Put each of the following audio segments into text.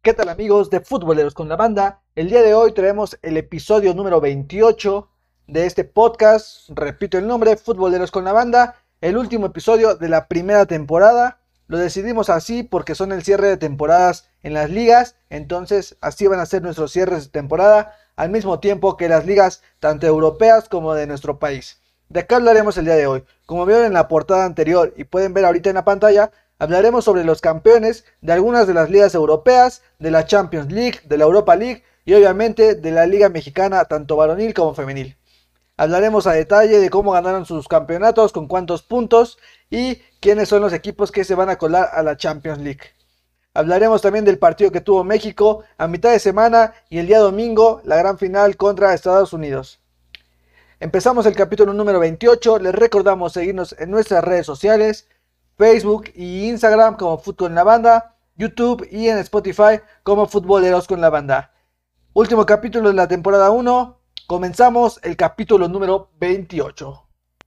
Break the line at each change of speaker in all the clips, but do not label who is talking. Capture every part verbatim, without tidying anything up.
¿Qué tal, amigos de Futboleros con la Banda? El día de hoy traemos el episodio número veintiocho de este podcast. Repito el nombre, Futboleros con la Banda. El último episodio de la primera temporada. Lo decidimos así porque son el cierre de temporadas en las ligas. Entonces así van a ser nuestros cierres de temporada al mismo tiempo que las ligas tanto europeas como de nuestro país. ¿De qué hablaremos el día de hoy? Como vieron en la portada anterior y pueden ver ahorita en la pantalla, hablaremos sobre los campeones de algunas de las ligas europeas, de la Champions League, de la Europa League y obviamente de la Liga Mexicana, tanto varonil como femenil. Hablaremos a detalle de cómo ganaron sus campeonatos, con cuántos puntos y quiénes son los equipos que se van a colar a la Champions League. Hablaremos también del partido que tuvo México a mitad de semana y el día domingo, la gran final contra Estados Unidos. Empezamos el capítulo número veintiocho. Les recordamos seguirnos en nuestras redes sociales, Facebook y Instagram como Fut con la Banda, YouTube y en Spotify como Futboleros con la Banda. Último capítulo de la temporada uno. Comenzamos el capítulo número veintiocho.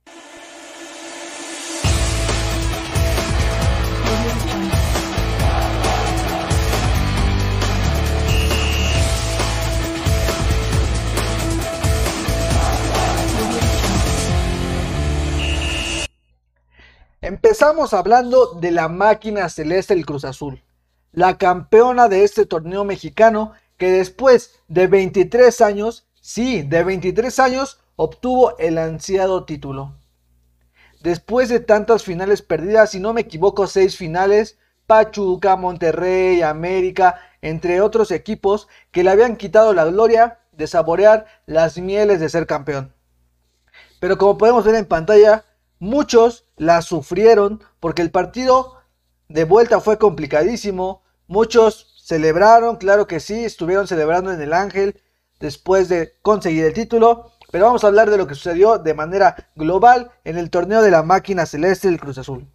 Empezamos hablando de la máquina celeste del Cruz Azul, la campeona de este torneo mexicano que después de veintitrés años, sí, de veintitrés años, obtuvo el ansiado título. Después de tantas finales perdidas, si no me equivoco, seis finales, Pachuca, Monterrey, América, entre otros equipos que le habían quitado la gloria de saborear las mieles de ser campeón. Pero como podemos ver en pantalla, muchos la sufrieron porque el partido de vuelta fue complicadísimo. Muchos celebraron, claro que sí, estuvieron celebrando en el Ángel después de conseguir el título. Pero vamos a hablar de lo que sucedió de manera global en el torneo de la máquina celeste del Cruz Azul.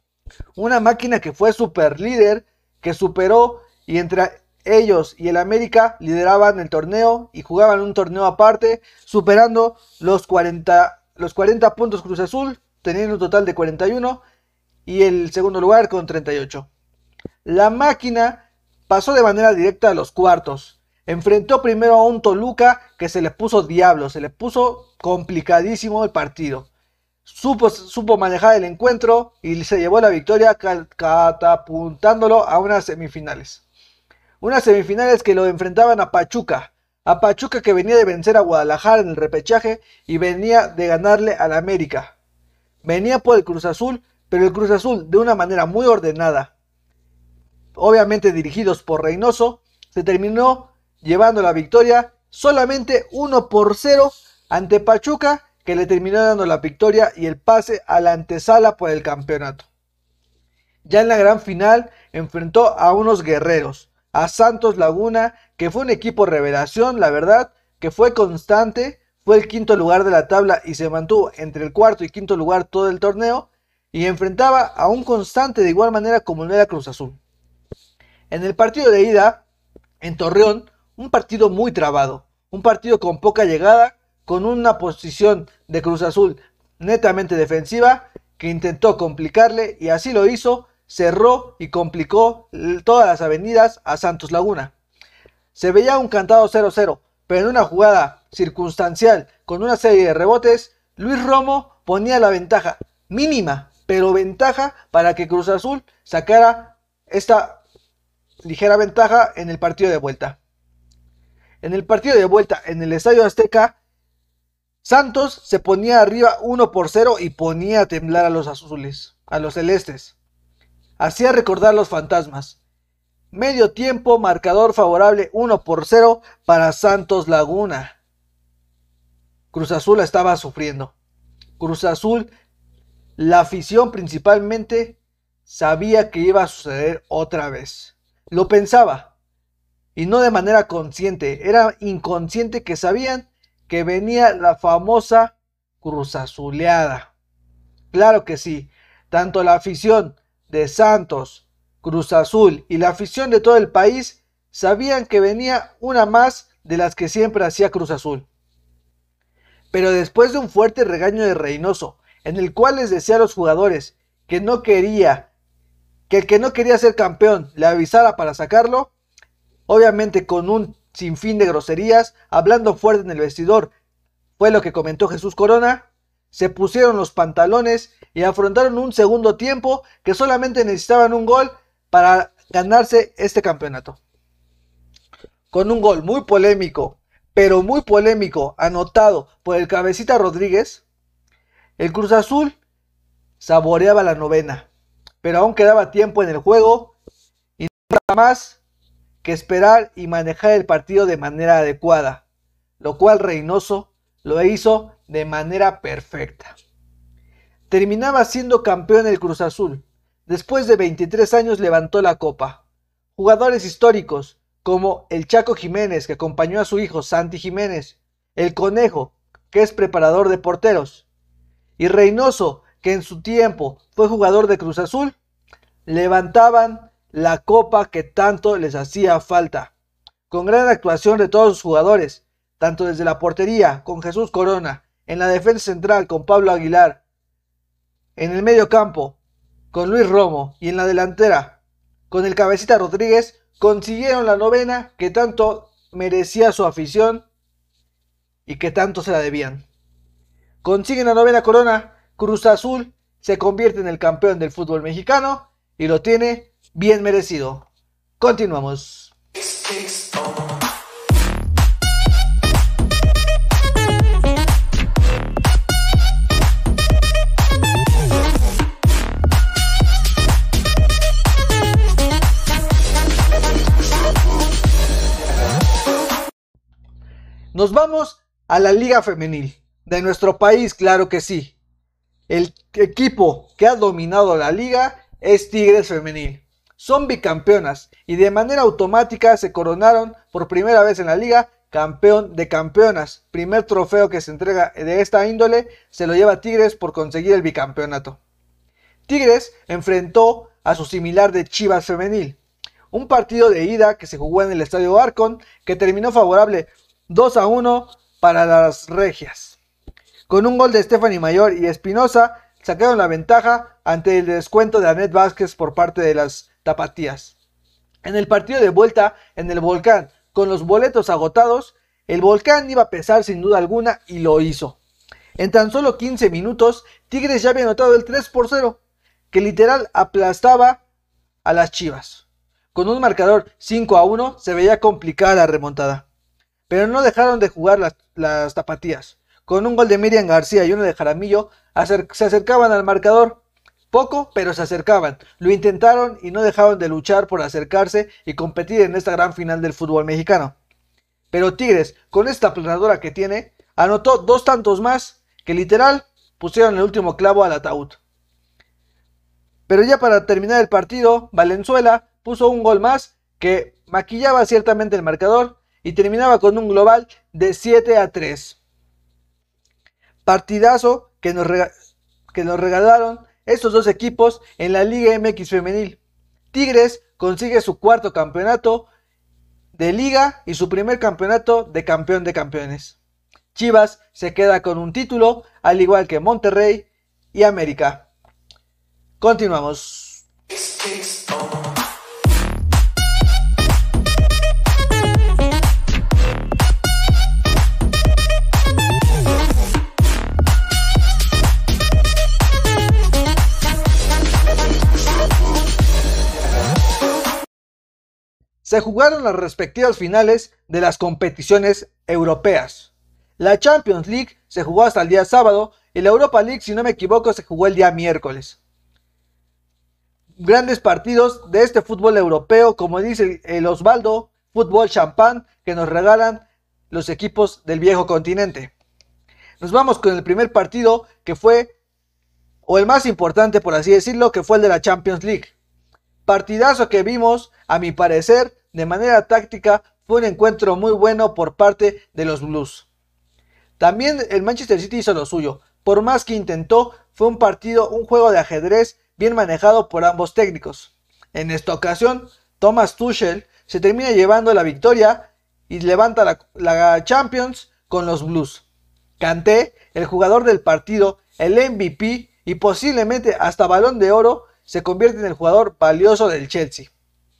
Una máquina que fue super líder, que superó y entre ellos y el América lideraban el torneo y jugaban un torneo aparte, superando los cuarenta, los cuarenta puntos Cruz Azul, teniendo un total de cuarenta y uno, y el segundo lugar con treinta y ocho. La máquina pasó de manera directa a los cuartos. Enfrentó primero a un Toluca que se le puso diablo, se le puso complicadísimo el partido. Supo, supo manejar el encuentro y se llevó la victoria catapultándolo a unas semifinales. Unas semifinales que lo enfrentaban a Pachuca. A Pachuca que venía de vencer a Guadalajara en el repechaje y venía de ganarle al América. Venía por el Cruz Azul, pero el Cruz Azul de una manera muy ordenada, obviamente dirigidos por Reynoso, se terminó llevando la victoria solamente uno por cero ante Pachuca, que le terminó dando la victoria y el pase a la antesala por el campeonato. Ya en la gran final enfrentó a unos guerreros, a Santos Laguna, que fue un equipo revelación, la verdad, que fue constante, fue el quinto lugar de la tabla y se mantuvo entre el cuarto y quinto lugar todo el torneo, y enfrentaba a un constante de igual manera como no era Cruz Azul. En el partido de ida, en Torreón, un partido muy trabado, un partido con poca llegada, con una posición de Cruz Azul netamente defensiva, que intentó complicarle y así lo hizo, cerró y complicó todas las avenidas a Santos Laguna. Se veía un cantado cero cero, pero en una jugada circunstancial con una serie de rebotes, Luis Romo ponía la ventaja mínima, pero ventaja para que Cruz Azul sacara esta ligera ventaja en el partido de vuelta. En el partido de vuelta en el Estadio Azteca, Santos se ponía arriba uno por cero y ponía a temblar a los azules, a los celestes. Hacía recordar los fantasmas. Medio tiempo, marcador favorable uno por cero para Santos Laguna. Cruz Azul estaba sufriendo. Cruz Azul, la afición principalmente, sabía que iba a suceder otra vez. Lo pensaba. Y no de manera consciente. Era inconsciente que sabían que venía la famosa Cruz Azuleada. Claro que sí. Tanto la afición de Santos, Cruz Azul y la afición de todo el país sabían que venía una más de las que siempre hacía Cruz Azul. Pero después de un fuerte regaño de Reynoso, en el cual les decía a los jugadores que no quería, que el que no quería ser campeón le avisara para sacarlo, obviamente con un sinfín de groserías, hablando fuerte en el vestidor. Fue lo que comentó Jesús Corona. Se pusieron los pantalones y afrontaron un segundo tiempo que solamente necesitaban un gol para ganarse este campeonato. Con un gol muy polémico, pero muy polémico, anotado por el Cabecita Rodríguez, el Cruz Azul saboreaba la novena, pero aún quedaba tiempo en el juego y no nada más que esperar y manejar el partido de manera adecuada, lo cual Reynoso lo hizo de manera perfecta. Terminaba siendo campeón el Cruz Azul. Después de veintitrés años levantó la copa. Jugadores históricos como el Chaco Jiménez, que acompañó a su hijo Santi Jiménez, el Conejo, que es preparador de porteros, y Reynoso, que en su tiempo fue jugador de Cruz Azul, levantaban la copa que tanto les hacía falta, con gran actuación de todos sus jugadores, tanto desde la portería con Jesús Corona, en la defensa central con Pablo Aguilar, en el medio campo con Luis Romo y en la delantera con el Cabecita Rodríguez. Consiguieron la novena que tanto merecía su afición y que tanto se la debían. Consiguen la novena corona, Cruz Azul se convierte en el campeón del fútbol mexicano y lo tiene bien merecido. Continuamos. Nos vamos a la Liga Femenil de nuestro país, claro que sí. El equipo que ha dominado la liga es Tigres Femenil. Son bicampeonas y de manera automática se coronaron por primera vez en la liga campeón de campeonas. Primer trofeo que se entrega de esta índole se lo lleva Tigres por conseguir el bicampeonato. Tigres enfrentó a su similar de Chivas Femenil. Un partido de ida que se jugó en el Estadio Arcon que terminó favorable dos a uno para las regias. Con un gol de Stephanie Mayor y Espinosa sacaron la ventaja ante el descuento de Anet Vázquez por parte de las tapatías. En el partido de vuelta en el Volcán, con los boletos agotados, el Volcán iba a pesar sin duda alguna y lo hizo. En tan solo quince minutos, Tigres ya había anotado el tres por cero, que literal aplastaba a las Chivas. Con un marcador cinco a uno se veía complicada la remontada. Pero no dejaron de jugar las, las tapatías. Con un gol de Miriam García y uno de Jaramillo, acer se acercaban al marcador. Poco, pero se acercaban. Lo intentaron y no dejaron de luchar por acercarse y competir en esta gran final del fútbol mexicano. Pero Tigres, con esta aplanadora que tiene, anotó dos tantos más que literal pusieron el último clavo al ataúd. Pero ya para terminar el partido, Valenzuela puso un gol más que maquillaba ciertamente el marcador y terminaba con un global de siete a tres. Partidazo que nos, rega que nos regalaron estos dos equipos en la Liga M X Femenil. Tigres consigue su cuarto campeonato de liga y su primer campeonato de campeón de campeones. Chivas se queda con un título, al igual que Monterrey y América. Continuamos. Se jugaron las respectivas finales de las competiciones europeas. La Champions League se jugó hasta el día sábado y la Europa League, si no me equivoco, se jugó el día miércoles. Grandes partidos de este fútbol europeo, como dice el Osvaldo, fútbol champán que nos regalan los equipos del viejo continente. Nos vamos con el primer partido que fue, o el más importante por así decirlo, que fue el de la Champions League. Partidazo que vimos, a mi parecer, de manera táctica, fue un encuentro muy bueno por parte de los Blues. También el Manchester City hizo lo suyo. Por más que intentó, fue un partido, un juego de ajedrez bien manejado por ambos técnicos. En esta ocasión, Thomas Tuchel se termina llevando la victoria y levanta la, la Champions con los Blues. Kanté, el jugador del partido, el M V P y posiblemente hasta Balón de Oro, se convierte en el jugador valioso del Chelsea.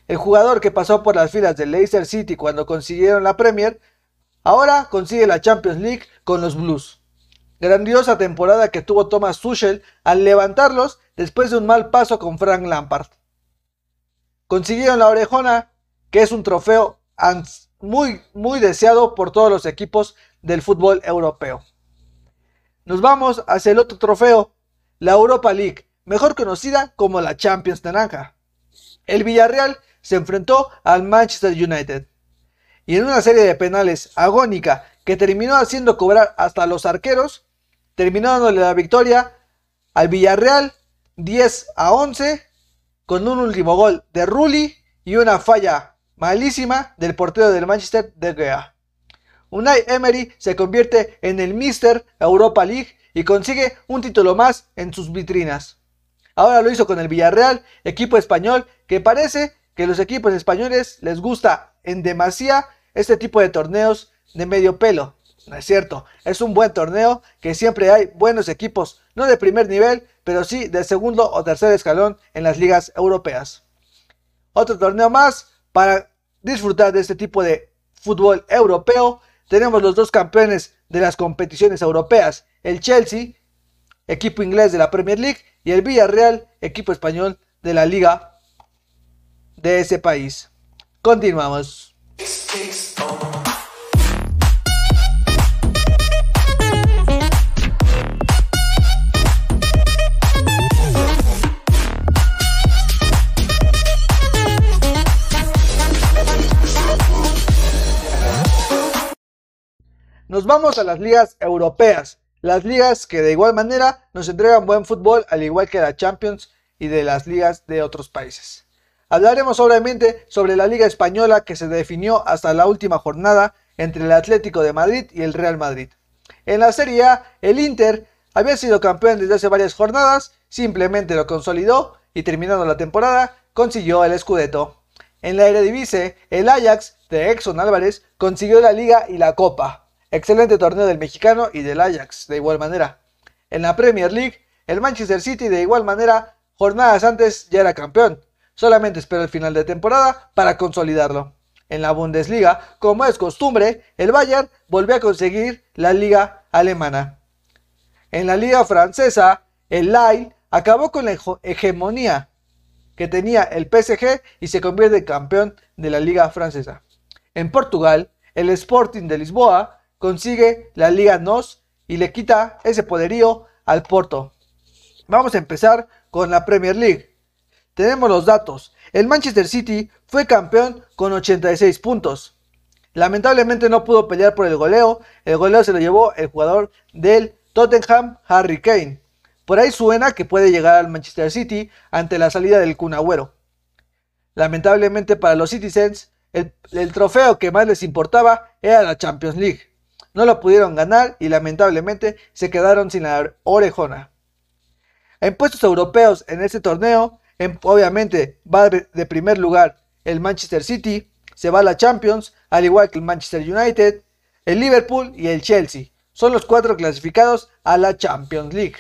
El jugador que pasó por las filas del Leicester City cuando consiguieron la Premier, ahora consigue la Champions League con los Blues. Grandiosa temporada que tuvo Thomas Tuchel al levantarlos después de un mal paso con Frank Lampard. Consiguieron la Orejona, que es un trofeo muy, muy deseado por todos los equipos del fútbol europeo. Nos vamos hacia el otro trofeo, la Europa League, mejor conocida como la Champions Naranja. El Villarreal se enfrentó al Manchester United y en una serie de penales agónica que terminó haciendo cobrar hasta los arqueros, terminó dándole la victoria al Villarreal diez a once con un último gol de Rulli y una falla malísima del portero del Manchester, De Gea. Unai Emery se convierte en el míster Europa League y consigue un título más en sus vitrinas. Ahora lo hizo con el Villarreal, equipo español, que parece que los equipos españoles les gusta en demasía este tipo de torneos de medio pelo. No es cierto, es un buen torneo que siempre hay buenos equipos, no de primer nivel, pero sí de segundo o tercer escalón en las ligas europeas. Otro torneo más para disfrutar de este tipo de fútbol europeo. Tenemos los dos campeones de las competiciones europeas, el Chelsea, equipo inglés de la Premier League, y el Villarreal, equipo español de la liga de ese país. Continuamos. Nos vamos a las ligas europeas, las ligas que de igual manera nos entregan buen fútbol, al igual que la Champions y de las ligas de otros países. Hablaremos obviamente sobre la Liga Española, que se definió hasta la última jornada entre el Atlético de Madrid y el Real Madrid. En la Serie A, el Inter había sido campeón desde hace varias jornadas, simplemente lo consolidó y terminando la temporada consiguió el Scudetto. En la Eredivisie, el Ajax de Edson Álvarez consiguió la Liga y la Copa. Excelente torneo del mexicano y del Ajax de igual manera. En la Premier League, el Manchester City de igual manera, jornadas antes ya era campeón. Solamente esperó el final de temporada para consolidarlo. En la Bundesliga, como es costumbre, el Bayern volvió a conseguir la liga alemana. En la liga francesa, el Lille acabó con la hegemonía que tenía el P S G y se convierte en campeón de la liga francesa. En Portugal, el Sporting de Lisboa consigue la Liga N O S y le quita ese poderío al Porto. Vamos a empezar con la Premier League. Tenemos los datos. El Manchester City fue campeón con ochenta y seis puntos. Lamentablemente no pudo pelear por el goleo. El goleo se lo llevó el jugador del Tottenham, Harry Kane. Por ahí suena que puede llegar al Manchester City ante la salida del Kun Agüero. Lamentablemente para los Citizens, el, el trofeo que más les importaba era la Champions League. No lo pudieron ganar y lamentablemente se quedaron sin la orejona. En puestos europeos en este torneo, en, obviamente va de primer lugar el Manchester City, se va a la Champions, al igual que el Manchester United, el Liverpool y el Chelsea. Son los cuatro clasificados a la Champions League.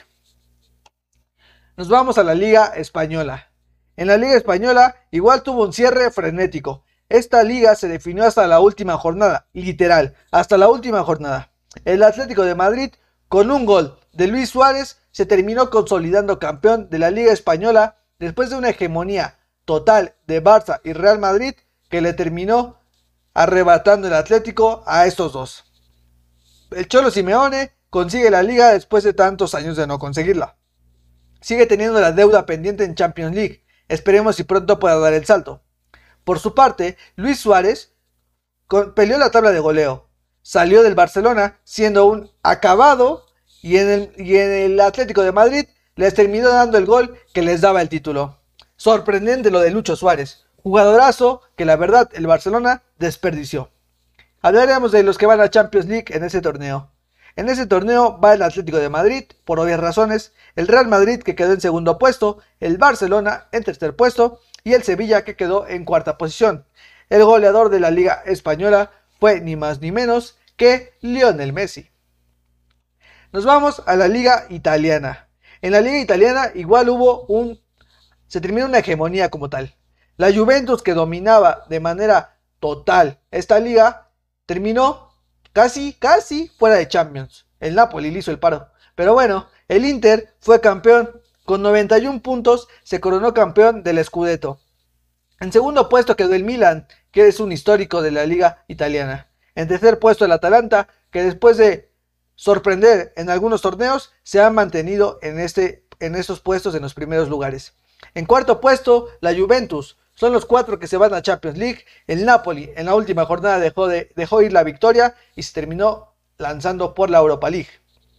Nos vamos a la Liga Española. En la Liga Española igual tuvo un cierre frenético. Esta liga se definió hasta la última jornada, literal, hasta la última jornada. El Atlético de Madrid, con un gol de Luis Suárez, se terminó consolidando campeón de la Liga Española después de una hegemonía total de Barça y Real Madrid que le terminó arrebatando el Atlético a estos dos. El Cholo Simeone consigue la liga después de tantos años de no conseguirla. Sigue teniendo la deuda pendiente en Champions League. Esperemos si pronto pueda dar el salto. Por su parte, Luis Suárez peleó la tabla de goleo. Salió del Barcelona siendo un acabado y en, el, y en el Atlético de Madrid les terminó dando el gol que les daba el título. Sorprendente lo de Lucho Suárez. Jugadorazo que la verdad el Barcelona desperdició. Hablaremos de los que van a Champions League en ese torneo. En ese torneo va el Atlético de Madrid, por obvias razones, el Real Madrid que quedó en segundo puesto, el Barcelona en tercer puesto y el Sevilla que quedó en cuarta posición. El goleador de la Liga Española fue ni más ni menos que Lionel Messi. Nos vamos a la Liga Italiana. En la Liga Italiana igual hubo un... se terminó una hegemonía como tal. La Juventus, que dominaba de manera total esta liga, terminó casi, casi fuera de Champions. El Napoli le hizo el paro. Pero bueno, el Inter fue campeón. Con noventa y un puntos se coronó campeón del Scudetto. En segundo puesto quedó el Milan, que es un histórico de la liga italiana. En tercer puesto el Atalanta, que después de sorprender en algunos torneos, se ha mantenido en, este, en estos puestos en los primeros lugares. En cuarto puesto, la Juventus. Son los cuatro que se van a Champions League. El Napoli en la última jornada dejó, de, dejó ir la victoria y se terminó lanzando por la Europa League.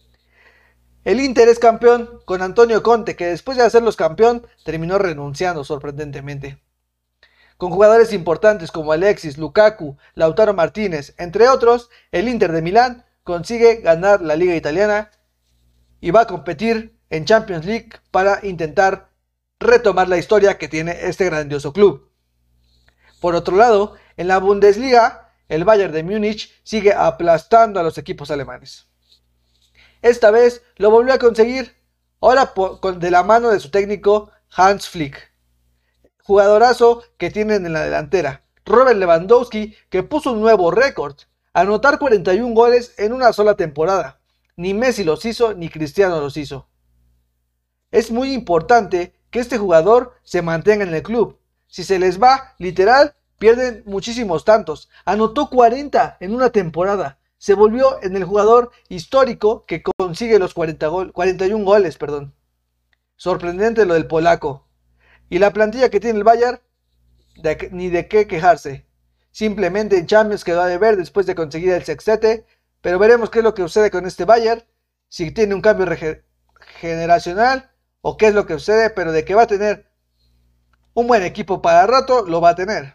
El Inter es campeón con Antonio Conte, que después de hacerlos campeón terminó renunciando sorprendentemente. Con jugadores importantes como Alexis, Lukaku, Lautaro Martínez, entre otros, el Inter de Milán consigue ganar la Liga Italiana y va a competir en Champions League para intentar retomar la historia que tiene este grandioso club. Por otro lado, en la Bundesliga, el Bayern de Múnich sigue aplastando a los equipos alemanes. Esta vez lo volvió a conseguir, ahora de la mano de su técnico Hans Flick. Jugadorazo que tienen en la delantera. Robert Lewandowski, que puso un nuevo récord, anotar cuarenta y un goles en una sola temporada. Ni Messi los hizo, ni Cristiano los hizo. Es muy importante que este jugador se mantenga en el club. Si se les va, literal, pierden muchísimos tantos. Anotó cuarenta en una temporada. Se volvió en el jugador histórico que consigue los cuarenta gol, cuarenta y un goles. Perdón. Sorprendente lo del polaco. Y la plantilla que tiene el Bayern, de, ni de qué quejarse. Simplemente en Champions quedó a deber después de conseguir el sextete. Pero veremos qué es lo que sucede con este Bayern. Si tiene un cambio generacional o qué es lo que sucede. Pero de que va a tener un buen equipo para rato, lo va a tener.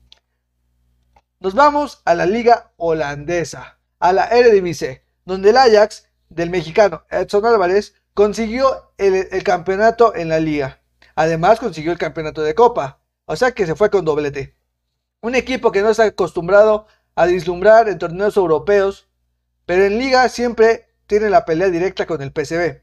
Nos vamos a la liga holandesa, a la Eredivisie, donde el Ajax del mexicano Edson Álvarez consiguió el, el campeonato en la liga. Además consiguió el campeonato de Copa, o sea que se fue con doblete. Un equipo que no está acostumbrado a vislumbrar en torneos europeos, pero en liga siempre tiene la pelea directa con el P S V.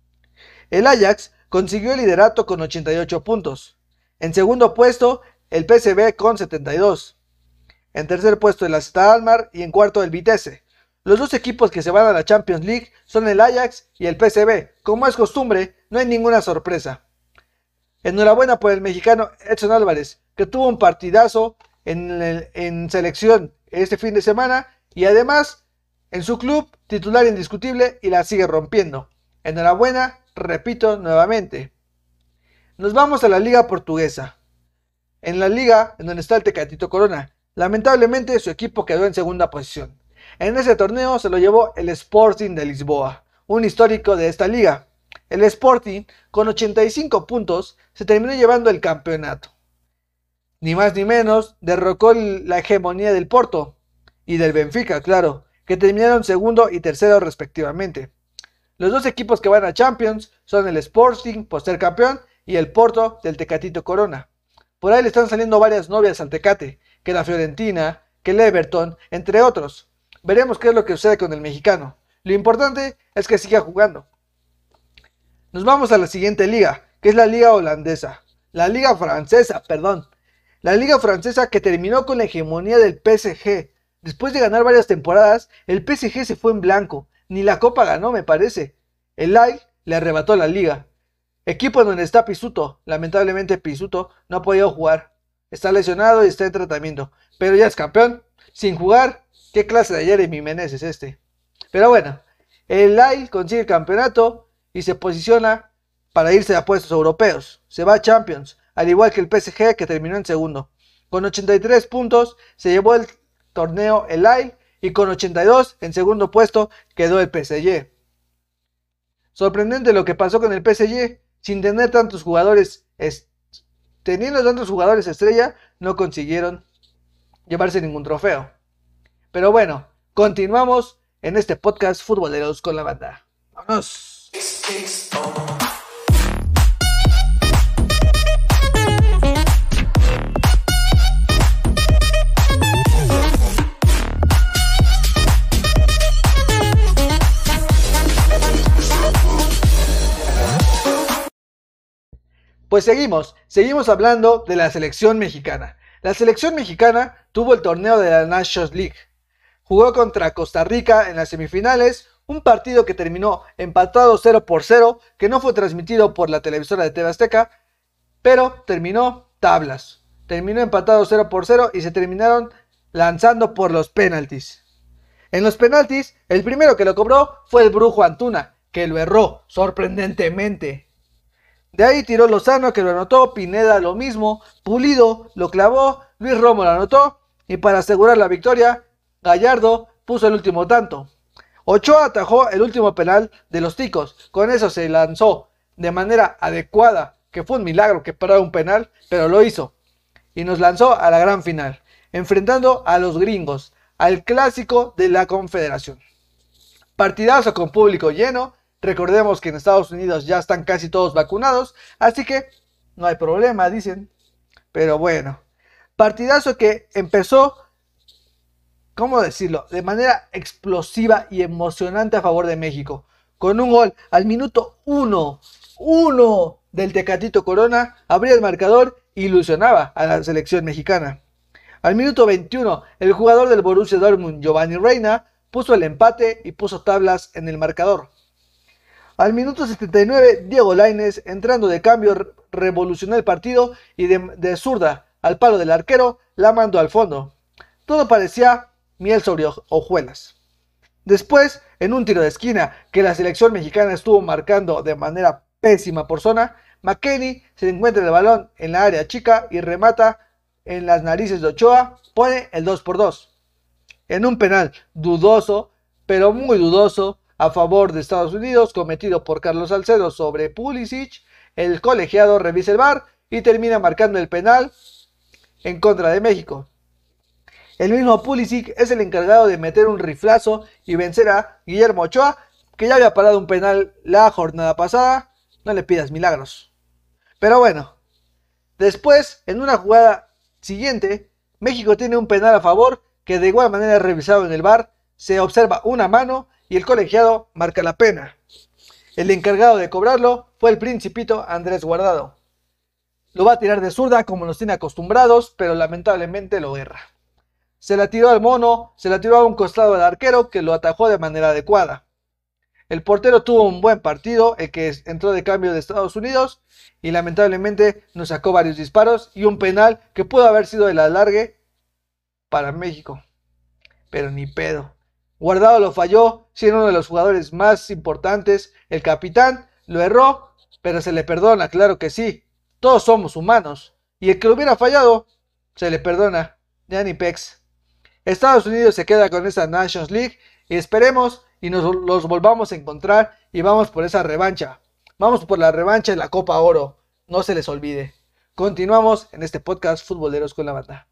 El Ajax consiguió el liderato con ochenta y ocho puntos. En segundo puesto, el P S V con setenta y dos. En tercer puesto el A Z Alkmaar y en cuarto el Vitesse. Los dos equipos que se van a la Champions League son el Ajax y el P S V. Como es costumbre, no hay ninguna sorpresa. Enhorabuena por el mexicano Edson Álvarez, que tuvo un partidazo en, el, en selección este fin de semana y además en su club titular indiscutible y la sigue rompiendo. Enhorabuena, repito nuevamente. Nos vamos a la liga portuguesa. En la liga en donde está el Tecatito Corona. Lamentablemente su equipo quedó en segunda posición. En ese torneo se lo llevó el Sporting de Lisboa, un histórico de esta liga. El Sporting, con ochenta y cinco puntos, se terminó llevando el campeonato. Ni más ni menos, derrocó la hegemonía del Porto y del Benfica, claro, que terminaron segundo y tercero respectivamente. Los dos equipos que van a Champions son el Sporting, por ser campeón, y el Porto del Tecatito Corona. Por ahí le están saliendo varias novias al Tecate, que la Fiorentina, que el Everton, entre otros. Veremos qué es lo que sucede con el mexicano. Lo importante es que siga jugando. Nos vamos a la siguiente liga, que es la liga holandesa. La liga francesa, perdón. La liga francesa que terminó con la hegemonía del P S G. Después de ganar varias temporadas, el P S G se fue en blanco. Ni la copa ganó, me parece. El Lille le arrebató la liga. Equipo en donde está Pisuto. Lamentablemente Pisuto no ha podido jugar. Está lesionado y está en tratamiento. Pero ya es campeón. Sin jugar. ¿Qué clase de Jeremy Menez es este? Pero bueno. El Lille consigue el campeonato y se posiciona para irse a puestos europeos. Se va a Champions. Al igual que el P S G, que terminó en segundo. Con ochenta y tres puntos se llevó el torneo el Lille. Y con ochenta y dos en segundo puesto quedó el P S G. Sorprendente lo que pasó con el P S G. Sin tener tantos jugadores, es, teniendo tantos jugadores estrella, no consiguieron llevarse ningún trofeo. Pero bueno, continuamos en este podcast Futboleros con la Banda. ¡Vámonos! Pues seguimos, seguimos hablando de la selección mexicana. La selección mexicana tuvo el torneo de la Nations League. Jugó contra Costa Rica en las semifinales, un partido que terminó empatado cero por cero, que no fue transmitido por la televisora de T V Azteca, pero terminó tablas. Terminó empatado cero por cero y se terminaron lanzando por los penaltis. En los penaltis, el primero que lo cobró fue el Brujo Antuna, que lo erró sorprendentemente. De ahí tiró Lozano, que lo anotó, Pineda lo mismo, Pulido lo clavó, Luis Romo lo anotó, y para asegurar la victoria, Gallardo puso el último tanto. Ochoa atajó el último penal de los Ticos, con eso se lanzó de manera adecuada, que fue un milagro que parara un penal, pero lo hizo, y nos lanzó a la gran final, enfrentando a los gringos, al clásico de la Confederación. Partidazo con público lleno. Recordemos que en Estados Unidos ya están casi todos vacunados, así que no hay problema, dicen. Pero bueno, partidazo que empezó, ¿cómo decirlo?, de manera explosiva y emocionante a favor de México. Con un gol al minuto uno, uno del Tecatito Corona, abría el marcador e ilusionaba a la selección mexicana. Al minuto veintiuno, el jugador del Borussia Dortmund, Giovanni Reina, puso el empate y puso tablas en el marcador. Al minuto setenta y nueve, Diego Lainez, entrando de cambio, revolucionó el partido y de, de zurda al palo del arquero, la mandó al fondo. Todo parecía miel sobre hojuelas. Después, en un tiro de esquina que la selección mexicana estuvo marcando de manera pésima por zona, McKennie se encuentra el balón en la área chica y remata en las narices de Ochoa, pone el dos por dos. En un penal dudoso, pero muy dudoso, a favor de Estados Unidos, cometido por Carlos Salcedo sobre Pulisic, el colegiado revisa el V A R y termina marcando el penal en contra de México. El mismo Pulisic es el encargado de meter un riflazo y vencer a Guillermo Ochoa, que ya había parado un penal la jornada pasada. No le pidas milagros. Pero bueno, después, en una jugada siguiente, México tiene un penal a favor que de igual manera es revisado en el V A R, se observa una mano y el colegiado marca la pena. El encargado de cobrarlo fue el principito Andrés Guardado. Lo va a tirar de zurda como nos tiene acostumbrados, pero lamentablemente lo erra. Se la tiró al mono, se la tiró a un costado del arquero que lo atajó de manera adecuada. El portero tuvo un buen partido, el que entró de cambio de Estados Unidos, y lamentablemente nos sacó varios disparos y un penal que pudo haber sido el alargue para México. Pero ni pedo. Guardado lo falló, siendo uno de los jugadores más importantes. El capitán lo erró, pero se le perdona, claro que sí. Todos somos humanos. Y el que lo hubiera fallado, se le perdona. Ya ni pex. Estados Unidos se queda con esa Nations League y esperemos y nos los volvamos a encontrar y vamos por esa revancha. Vamos por la revancha de la Copa Oro. No se les olvide. Continuamos en este podcast Futboleros con la Banda.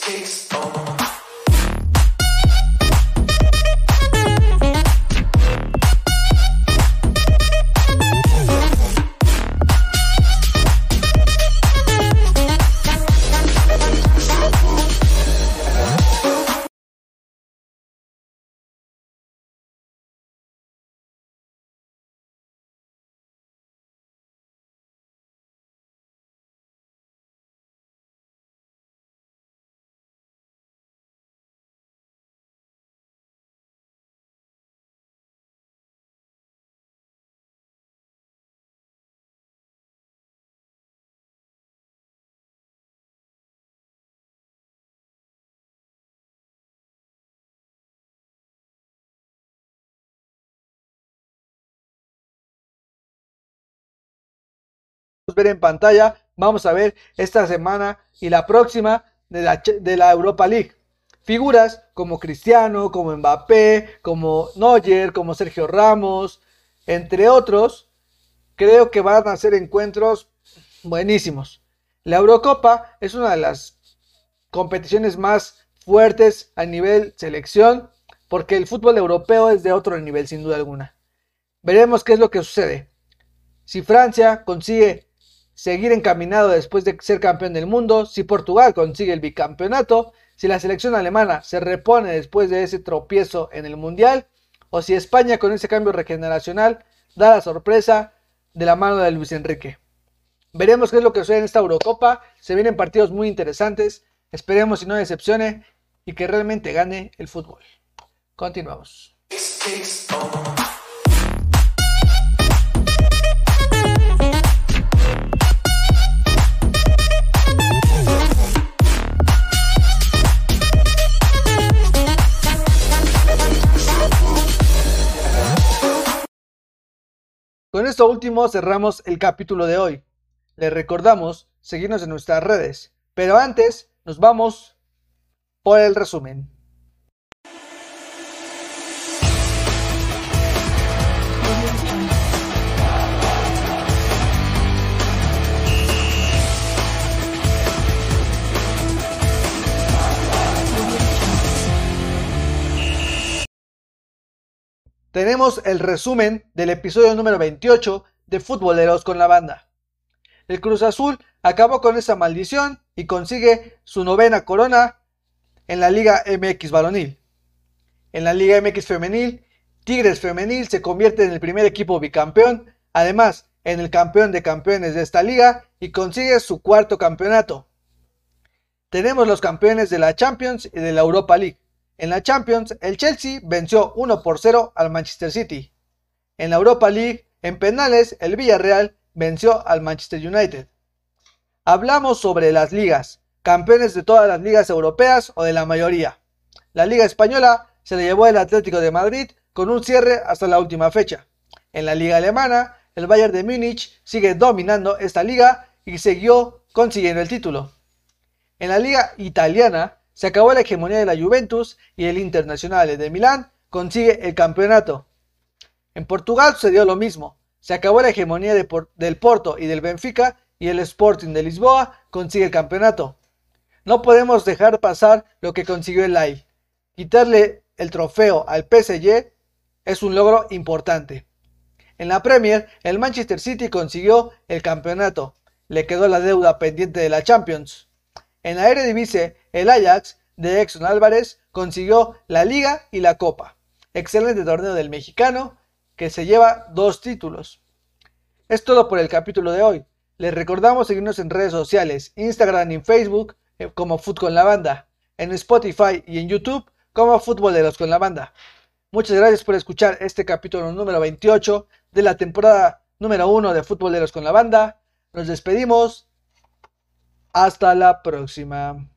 Ver en pantalla, vamos a ver esta semana y la próxima de la, de la Europa League. Figuras como Cristiano, como Mbappé, como Neuer, como Sergio Ramos, entre otros, creo que van a ser encuentros buenísimos. La Eurocopa es una de las competiciones más fuertes a nivel selección, porque el fútbol europeo es de otro nivel sin duda alguna. Veremos qué es lo que sucede. Si Francia consigue seguir encaminado después de ser campeón del mundo, si Portugal consigue el bicampeonato, si la selección alemana se repone después de ese tropiezo en el Mundial, o si España con ese cambio regeneracional da la sorpresa de la mano de Luis Enrique. Veremos qué es lo que sucede en esta Eurocopa, se vienen partidos muy interesantes, esperemos y no decepcione y que realmente gane el fútbol. Continuamos. Con esto último cerramos el capítulo de hoy. Les recordamos seguirnos en nuestras redes, pero antes nos vamos por el resumen. Tenemos el resumen del episodio número veintiocho de Futboleros con la Banda. El Cruz Azul acabó con esa maldición y consigue su novena corona en la Liga M X varonil. En la Liga M X femenil, Tigres Femenil se convierte en el primer equipo bicampeón, además en el campeón de campeones de esta liga y consigue su cuarto campeonato. Tenemos los campeones de la Champions y de la Europa League. En la Champions, el Chelsea venció uno por cero al Manchester City. En la Europa League, en penales, el Villarreal venció al Manchester United. Hablamos sobre las ligas, campeones de todas las ligas europeas o de la mayoría. La Liga Española se la llevó el Atlético de Madrid con un cierre hasta la última fecha. En la Liga Alemana, el Bayern de Múnich sigue dominando esta liga y siguió consiguiendo el título. En la Liga Italiana, se acabó la hegemonía de la Juventus y el Internazionale de Milán consigue el campeonato. En Portugal sucedió lo mismo. Se acabó la hegemonía de Por- del Porto y del Benfica y el Sporting de Lisboa consigue el campeonato. No podemos dejar pasar lo que consiguió el Lille. Quitarle el trofeo al P S G es un logro importante. En la Premier, el Manchester City consiguió el campeonato. Le quedó la deuda pendiente de la Champions. En la Eredivisie, el Ajax de Edson Álvarez consiguió la Liga y la Copa. Excelente torneo del mexicano que se lleva dos títulos. Es todo por el capítulo de hoy. Les recordamos seguirnos en redes sociales, Instagram y Facebook eh, como Fut con la Banda, en Spotify y en YouTube como Futboleros con la Banda. Muchas gracias por escuchar este capítulo número veintiocho de la temporada número uno de Futboleros con la Banda. Nos despedimos. Hasta la próxima.